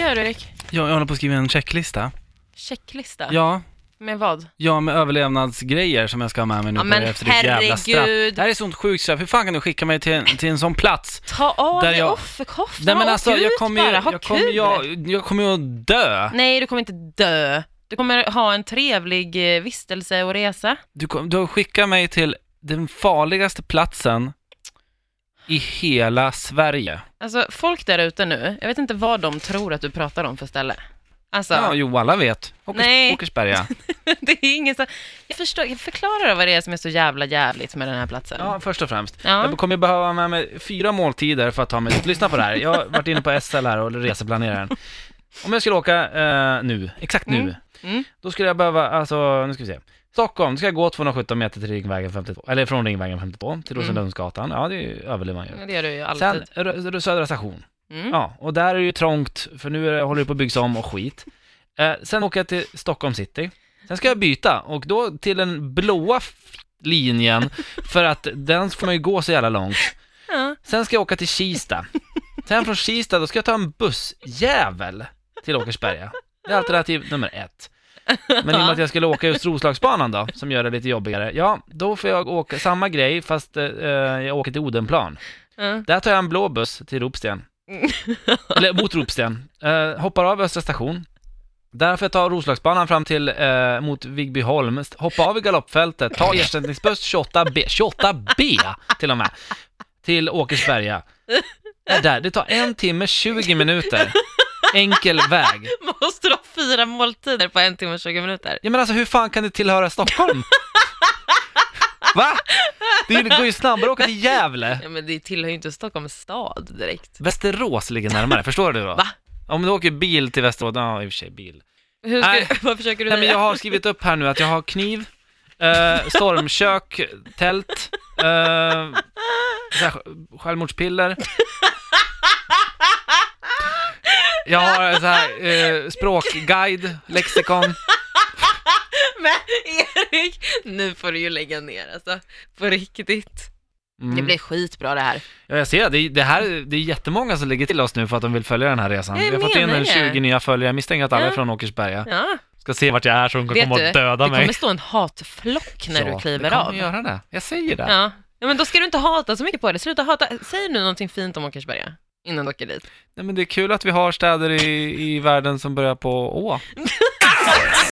gör du, Erik? Jag håller på att skriva en checklista. Checklista? Ja. Med vad? Ja, med överlevnadsgrejer som jag ska ha med mig nu men efter ditt jävla straff. herregud. Det här är sånt sjukt straff. Hur fan kan du skicka mig till en sån plats? Ta av där dig jag- offerkoftan. Nej men alltså, jag jag kommer ju att dö. Nej, du kommer inte dö. Du kommer ha en trevlig vistelse och resa. Du skickar mig till den farligaste platsen i hela Sverige. Alltså, folk där ute nu, jag vet inte vad de tror att du pratar om för ställe. Alltså, Ja, jo, alla vet. Nej. Åkersberga. det är ingen så... Jag förklarar vad det är som är så jävla jävligt med den här platsen. Ja, först och främst. Ja. Jag kommer behöva med mig 4 måltider för att ta mig... Lyssna på det här. Jag har varit inne på SL här och reseplaneraren. Om jag skulle åka nu, exakt nu, då skulle jag behöva, alltså, nu ska vi se. Stockholm, då ska jag gå 217 meter till Ringvägen 52, eller från Ringvägen 52 till Rosenlundsgatan. Ja, det överlever man ju. Ja, det gör du ju alltid. Sen Södra station. Ja, och där är det ju trångt, för nu håller det på att byggas om och skit. Sen åker jag till Stockholm city. Sen ska jag byta, och då till den blåa linjen, för att den får man ju gå så jävla långt. Ja. Sen ska jag åka till Kista. Sen från Kista, då ska jag ta en bussjävel till Åkersberga. Det är alternativ nummer 1. Men i och med att jag skulle åka just Roslagsbanan då, som gör det lite jobbigare, ja, då får jag åka samma grej, fast jag åker till Odenplan. Där tar jag en blå buss till Ropsten. Eller mot Ropsten. Hoppar av Östra station. Där får jag ta Roslagsbanan fram till mot Vigbyholm. Hoppa av i galoppfältet. Ta ersättningsbuss 28B till och med. Till Åkersberga. Det tar 1 timme 20 minuter. Enkel väg. Måste du ha 4 måltider på 1 timme och 20 minuter? Ja, men alltså, hur fan kan det tillhöra Stockholm? Va? Det går ju snabbare att åka till Gävle. Ja, men det tillhör ju inte Stockholms stad direkt. Västerås ligger närmare, förstår du då? Va? Om du åker bil till Västerås, ja, i och för sig bil. Vad försöker du Nej, men säga? jag har skrivit upp här nu att jag har kniv, stormkök, tält, självmordspiller. Jag har så här, språkguide, lexikon. Men Erik, nu får du ju lägga ner alltså. På riktigt. Det blir skitbra det här. Ja, jag ser det är jättemånga som lägger till oss nu för att de vill följa den här resan. Vi har fått in en 20 nya följare. Jag misstänker att alla är från Åkersberga. Ja. Ska se vart jag är så de kan komma och döda mig. Det kommer stå en hatflock när du kliver av. Ja, det kommer göra det. Jag säger det. Ja, men då ska du inte hata så mycket på det. Sluta hata. Säg nu någonting fint om Åkersberga innan du åker dit. Nej, men det är kul att vi har städer i världen som börjar på Å.